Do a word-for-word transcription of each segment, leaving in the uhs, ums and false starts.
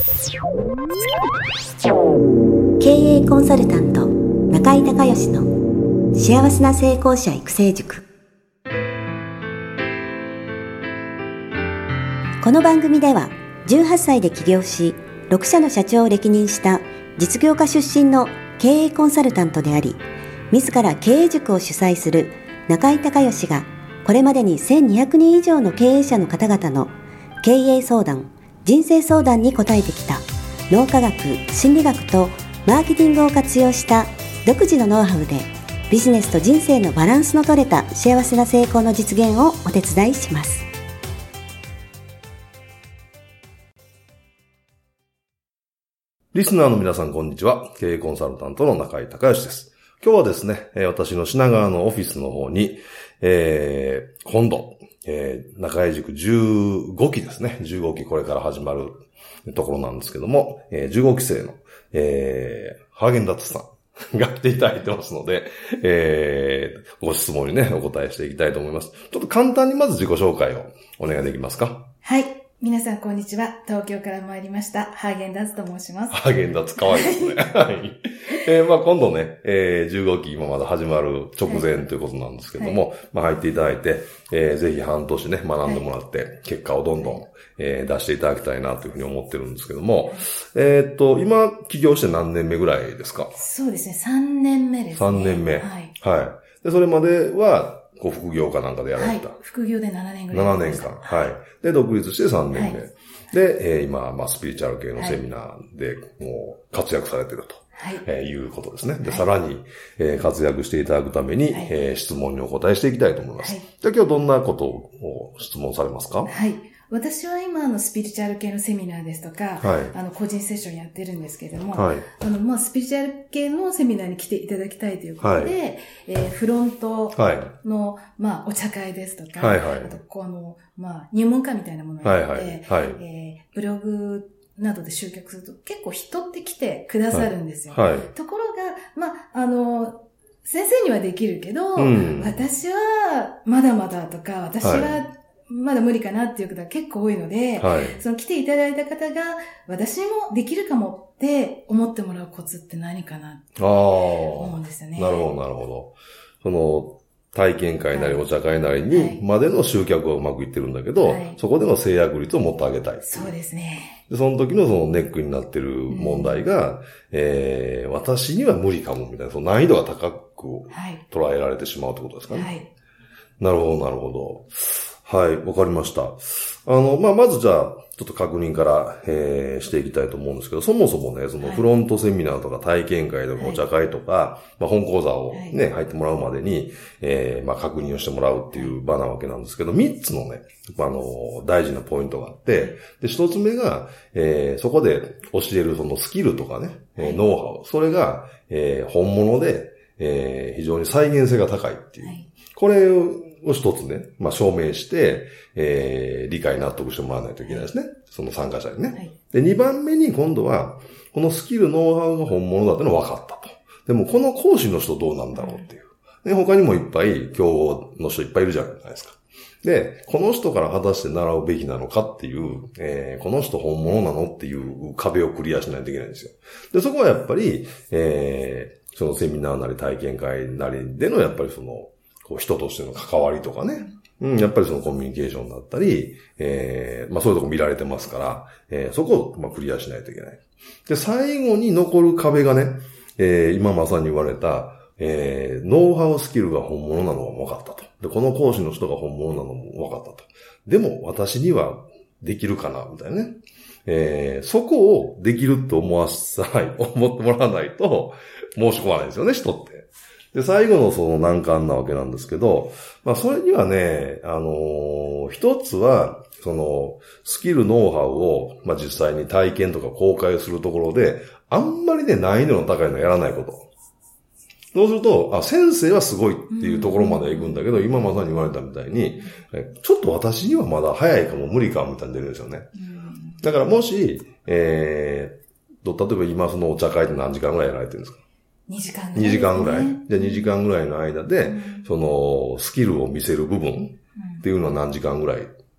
経営コンサルタント中井孝義の幸せな成功者育成塾。この番組ではじゅうはっさいで起業しろくしゃの社長を歴任した実業家出身の経営コンサルタントであり、自ら経営塾を主催する中井孝義がこれまでにせんにひゃくにん以上の経営者の方々の経営相談、人生相談に応えてきた脳科学、心理学とマーケティングを活用した独自のノウハウでビジネスと人生のバランスの取れた幸せな成功の実現をお手伝いします。 リスナーの皆さんこんにちは。経営コンサルタントの中井孝義です。今日はですね、私の品川のオフィスの方に、えー、今度、えー、中井塾じゅうごきですね。じゅうごきこれから始まるところなんですけども、えー、じゅうごき生の、えー、ハーゲンダッツさんが来ていただいてますので、えー、ご質問にね、お答えしていきたいと思います。ちょっと簡単にまず自己紹介をお願いできますか？ はい。皆さんこんにちは。東京から参りました。ハーゲンダッツと申します。 ハーゲンダッツ可愛いですね。はい。えー、まあ今度ね、えー、じゅうごき今まだ始まる直前ということなんですけども、はい、まあ入っていただいて、えー、ぜひ半年ね、学んでもらって、はい、結果をどんどん、えー、出していただきたいなというふうに思ってるんですけども、はい、えー、っと、今起業して何年目ぐらいですか？ そうですね、さんねんめですね。 さんねんめ。はい。はい。で、それまでは、こう副業かなんかでやられた。 はい。副業でななねんぐらい。 ななねんかん。はい。で、独立してさんねんめ。はい、で、えー、今、まあ、スピリチュアル系のセミナーで、もう、活躍されてると。はい。えー、いうことですね。で、はい、さらに、えー、活躍していただくために、はい、えー、質問にお答えしていきたいと思います。はい。じゃあ今日どんなことを質問されますか？ はい。私は今、あの、スピリチュアル系のセミナーですとか、はい、あの、個人セッションやってるんですけれども、はい、あの、まあ、スピリチュアル系のセミナーに来ていただきたいということで、はい、えー、フロントの、はい、まあ、お茶会ですとか、はいはい、あと、この、まあ、入門会みたいなものをやって、はいはいはい、えー、ブログなどで集客すると結構人って来てくださるんですよ。はいはい、ところが、まあ、あの、先生にはできるけど、うん、私はまだまだとか、私は、はいまだ無理かなっていう方が結構多いので、はい、その来ていただいた方が、私もできるかもって思ってもらうコツって何かなって思うんですよね。 なるほど、なるほど。その、体験会なりお茶会なりにまでの集客はうまくいってるんだけど、はい、そこでの制約率をもっと上げたい。 そうですね。 で、その時のそのネックになってる問題が、うん、えー、私には無理かもみたいな、その難易度が高く捉えられてしまうってことですかね。はい。なるほど、なるほど。はい、わかりました。あの、まあ、まずじゃあ、ちょっと確認から、えー、していきたいと思うんですけど、そもそもね、そのフロントセミナーとか体験会とかお茶会とか、はい、まあ、本講座をね、はい、入ってもらうまでに、えー、まあ、確認をしてもらうっていう場なわけなんですけど、三つのね、あの、大事なポイントがあって、で、一つ目が、えー、そこで教えるそのスキルとかね、はい、ノウハウ、それが、えー、本物で、えー、非常に再現性が高いっていう。はい、これを、を一つね、まあ、証明して、えー、理解納得してもらわないといけないですね。その参加者にね。はい、で、二番目に今度は、このスキル、ノウハウが本物だってのが分かったと。でも、この講師の人どうなんだろうっていう。で、他にもいっぱい、競合の人いっぱいいるじゃないですか。で、この人から果たして習うべきなのかっていう、えー、この人本物なのっていう壁をクリアしないといけないんですよ。で、そこはやっぱり、えー、そのセミナーなり体験会なりでのやっぱりその、こう人としての関わりとかね。うん、やっぱりそのコミュニケーションだったり、えー、まあそういうとこ見られてますから、えー、そこをまあクリアしないといけない。で、最後に残る壁がね、えー、今まさに言われた、えー、ノウハウスキルが本物なのが分かったと。で、この講師の人が本物なのも分かったと。でも私にはできるかなみたいなね。えー、そこをできると思わさない、思ってもらわないと申し込まないんですよね、人って。で、最後のその難関なわけなんですけど、まあそれにはね、あのー、一つは、その、スキル、ノウハウを、まあ実際に体験とか公開するところで、あんまりね、難易度の高いのやらないこと。そうすると、あ、先生はすごいっていうところまで行くんだけど、今まさに言われたみたいに、ちょっと私にはまだ早いかも無理かもみたいに出るんですよね。だからもし、えー、例えば今そのお茶会って何時間ぐらいやられてるんですか？ にじかんぐらい、 ね。にじかんぐらい。じゃあにじかんぐらいの間で、うん、その、スキルを見せる部分っていうのは何時間ぐらい？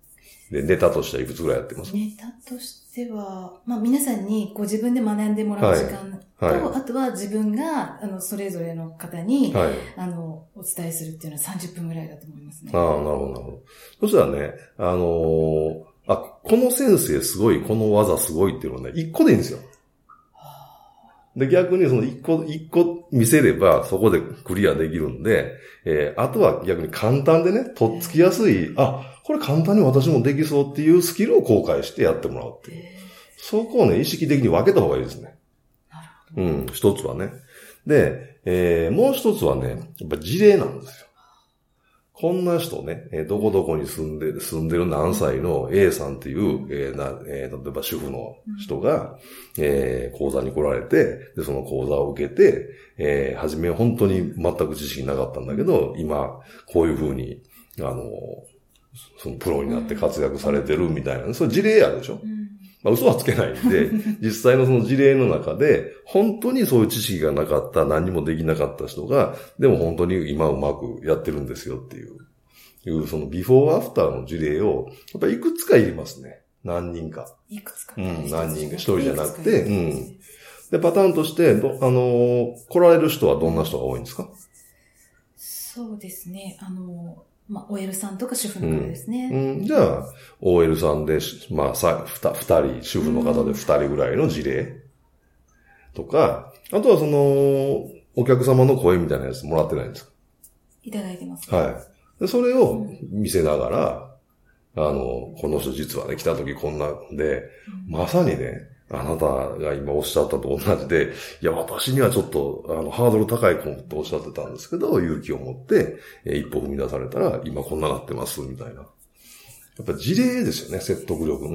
で、ネタとしてはいくつぐらいやってます？ ネタとしては、まあ皆さんにこう自分で学んでもらう時間と、はいはい、あとは自分が、あの、それぞれの方に、はい、あの、お伝えするっていうのはさんじゅっぷんぐらいだと思いますね。 ああ、なるほど、なるほど。そしたらね、あのー、あ、この先生すごい、この技すごいっていうのはね、一個でいいんですよ。で、逆にその一個、一個見せれば、そこでクリアできるんで、えー、あとは逆に簡単でね、とっつきやすい、あ、これ簡単に私もできそうっていうスキルを公開してやってもらうっていう。そこをね、意識的に分けた方がいいですね。なるほど。うん、一つはね。で、えー、もう一つはね、やっぱ事例なんですよ。こんな人ね、えー、どこどこに住んで、住んでる何歳の A さんっていう、えーなえー、例えば主婦の人が、えー、講座に来られて、で、その講座を受けて、えー、初め本当に全く知識なかったんだけど、今、こういう風に、あの、そのプロになって活躍されてるみたいな、それ事例あるでしょ、うん、まあ、嘘はつけないんで、実際のその事例の中で、本当にそういう知識がなかった、何にもできなかった人が、でも本当に今うまくやってるんですよっていう、いうそのビフォーアフターの事例を、やっぱりいくつかいりますね。何人か。 いくつか。 うん、何人か。一人じゃなくて、うん。で、パターンとして、どあのー、来られる人はどんな人が多いんですか？ そうですね。あのー、まあ、オーエル さんとか主婦の方ですね。 うん。うん、じゃあ、オーエル さんで、まあ、さ、ふた、二人、主婦の方で二人ぐらいの事例とか、あとはその、お客様の声みたいなやつもらってないんですか？ いただいてます、ね。 はい。で、それを見せながら、うん、あの、この人実はね、来た時こんなで、うん、まさにね、あなたが今おっしゃったと同じで、いや、私にはちょっと、あの、ハードル高いかもっておっしゃってたんですけど、勇気を持って、えー、一歩踏み出されたら、今こんななってます、みたいな。やっぱ事例ですよね、説得力。うん。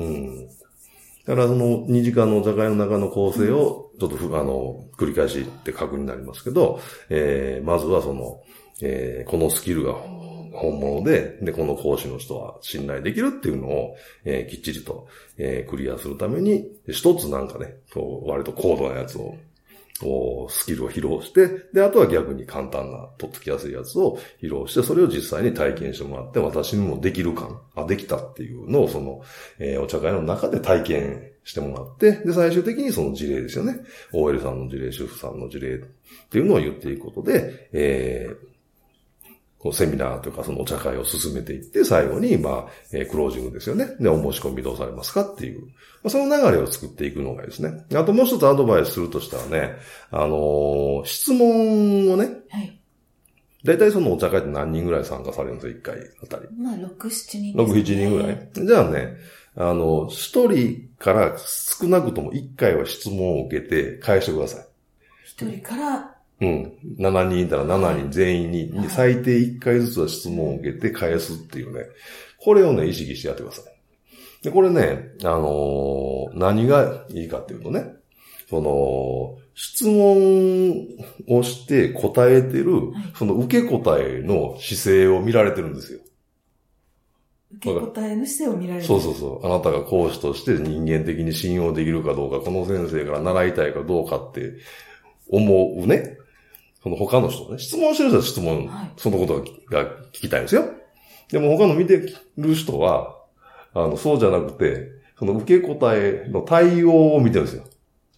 だからそのにじかんのお茶会の中の構成を、ちょっとふ、あの、繰り返しって確認になりますけど、えー、まずはその、えー、このスキルが、本物で、で、この講師の人は信頼できるっていうのを、えー、きっちりと、えー、クリアするために、一つなんかね、こう割と高度なやつを、スキルを披露して、で、あとは逆に簡単な、とっつきやすいやつを披露して、それを実際に体験してもらって、私にもできる感、あ、できたっていうのを、その、えー、お茶会の中で体験してもらって、で、最終的にその事例ですよね。オーエル さんの事例、主婦さんの事例っていうのを言っていくことで、えー、こうセミナーというかそのお茶会を進めていって、最後に、まあ、えー、クロージングですよね。で、お申し込みどうされますかっていう、まあ、その流れを作っていくのがですね。あともう一つアドバイスするとしたらね、あのー、質問をね、はい。だいたいそのお茶会って何人ぐらい参加されるんですか、一回あたり。 まあ、ろく、しちにん、 ね。ろく、しちにんぐらい。じゃあね、あの、一人から少なくとも一回は質問を受けて返してください。 一人から、 うん。しちにんいたらしちにん全員に、はい、最低いっかいずつは質問を受けて返すっていうね。これをね、意識してやってください。で、これね、あのー、何がいいかっていうとね、その、質問をして答えてる、はい、その受け答えの姿勢を見られてるんですよ。 受け答えの姿勢を見られてる。 そうそうそう。あなたが講師として人間的に信用できるかどうか、この先生から習いたいかどうかって思うね。その他の人ね、質問してる人は質問、はい、そのことが聞きたいんですよ。でも他の見てる人は、あの、そうじゃなくて、その受け答えの対応を見てるんですよ。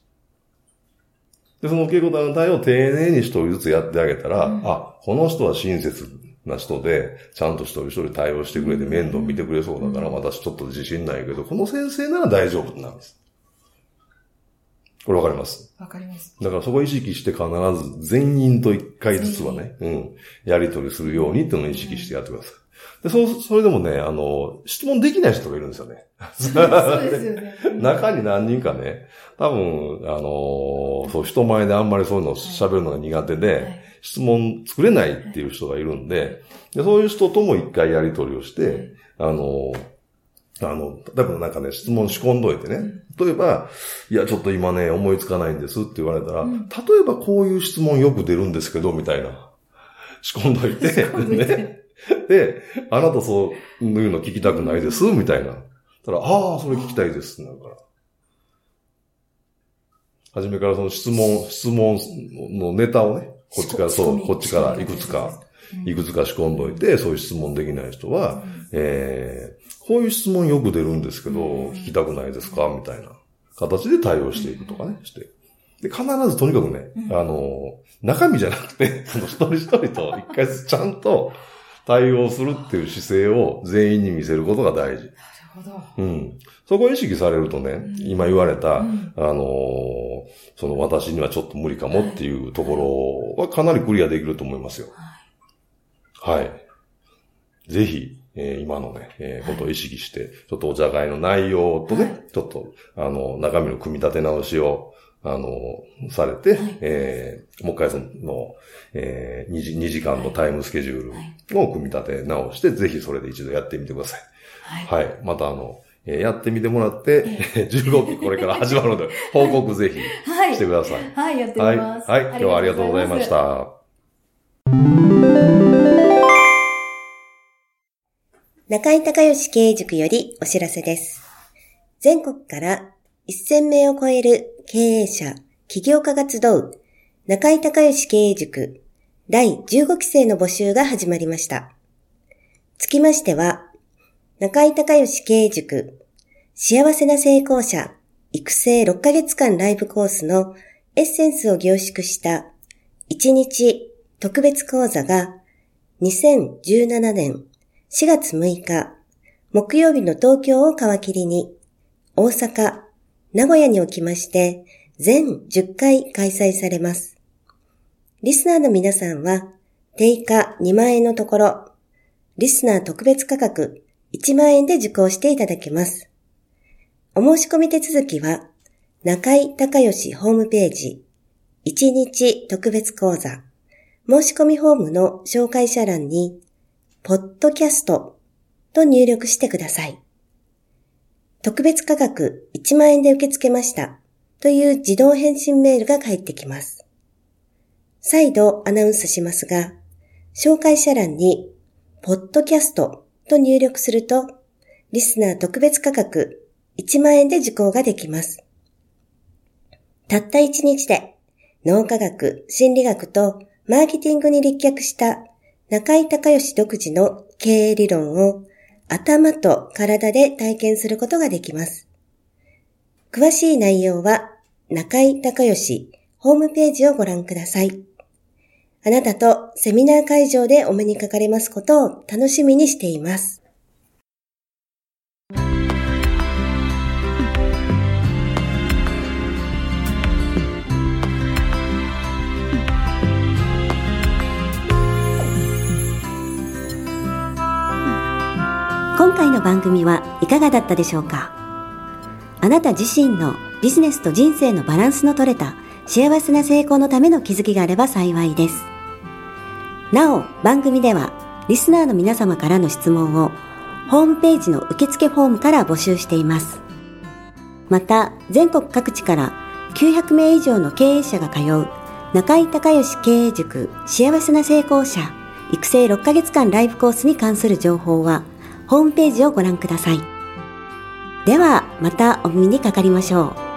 で、その受け答えの対応を丁寧に一人ずつやってあげたら、うん、あ、この人は親切な人で、ちゃんと一人一人対応してくれて面倒見てくれそうだから、うん、私ちょっと自信ないけど、この先生なら大丈夫なんです。これわかります？ わかります。 だからそこを意識して必ず全員と一回ずつはね、うん、やり取りするようにっていうのを意識してやってください。で、そう、それでもね、あの、質問できない人がいるんですよね。 そうですよね。 中に何人かね、多分、あの、そう、人前であんまりそういうのを喋るのが苦手で、はいはい、質問作れないっていう人がいるんで、でそういう人とも一回やり取りをして、はい、あの、あの、例えばなんかね、質問仕込んどいてね。例えば、いや、ちょっと今ね、思いつかないんですって言われたら、うん、例えばこういう質問よく出るんですけど、みたいな。仕込んどいて、ね。で、あなたそういうの聞きたくないです、みたいな。たら、ああ、それ聞きたいです、なるから。初めからその質問、質問のネタをね、こっちから、そう、こっちからいくつか、いくつか仕込んどいて、そういう質問できない人は、うん、えー、 こういう質問よく出るんですけど、聞きたくないですかみたいな形で対応していくとかね、して。で、必ずとにかくね、あの、中身じゃなくて、あの、一人一人と一回ずつちゃんと対応するっていう姿勢を全員に見せることが大事。 なるほど。 うん。そこを意識されるとね、うん、今言われた、うん、あのー、その私にはちょっと無理かもっていうところはかなりクリアできると思いますよ。はい。はい、ぜひ、えー、今のね、えー、ことを意識して、ちょっとお茶会の内容とね、はい、ちょっと、あの、中身の組み立て直しを、あの、されて、はい、えー、もう一回その、えー、2時、にじかんのタイムスケジュールを組み立て直して、はい、ぜひそれで一度やってみてください。はい。はい。またあの、えー、やってみてもらって、えー、じゅうごきこれから始まるので、報告ぜひしてください。 はい、はい、やってみます。 はい。はい、今日はありがとうございました。 中井隆義経営塾よりお知らせです。全国からせんめいを超える経営者、起業家が集う中井隆義経営塾だいじゅうごきせいの募集が始まりました。つきましては、中井隆義経営塾幸せな成功者育成ろっかげつかんライブコースのエッセンスを凝縮したいちにち特別講座がにせんじゅうななねんしがつむいか木曜日の東京を皮切りに大阪、名古屋におきまして全じゅっかい開催されます。リスナーの皆さんは定価にまんえんのところ、リスナー特別価格いちまんえんで受講していただけます。お申し込み手続きは中井隆義ホームページいちにち特別講座申し込みフォームの紹介者欄にポッドキャストと入力してください。特別価格いちまんえんで受け付けましたという自動返信メールが返ってきます。再度アナウンスしますが、紹介者欄にポッドキャストと入力すると、リスナー特別価格いちまんえんで受講ができます。たったいちにちで脳科学、心理学とマーケティングに立脚した中井隆義独自の経営理論を頭と体で体験することができます。詳しい内容は中井隆義ホームページをご覧ください。あなたとセミナー会場でお目にかかれますことを楽しみにしています。今回の番組はいかがだったでしょうか。あなた自身のビジネスと人生のバランスの取れた幸せな成功のための気づきがあれば幸いです。なお、番組ではリスナーの皆様からの質問をホームページの受付フォームから募集しています。また、全国各地からきゅうひゃくめい以上の経営者が通う中井隆義経営塾幸せな成功者育成ろっかげつかんライブコースに関する情報はホームページをご覧ください。ではまたお耳にかかりましょう。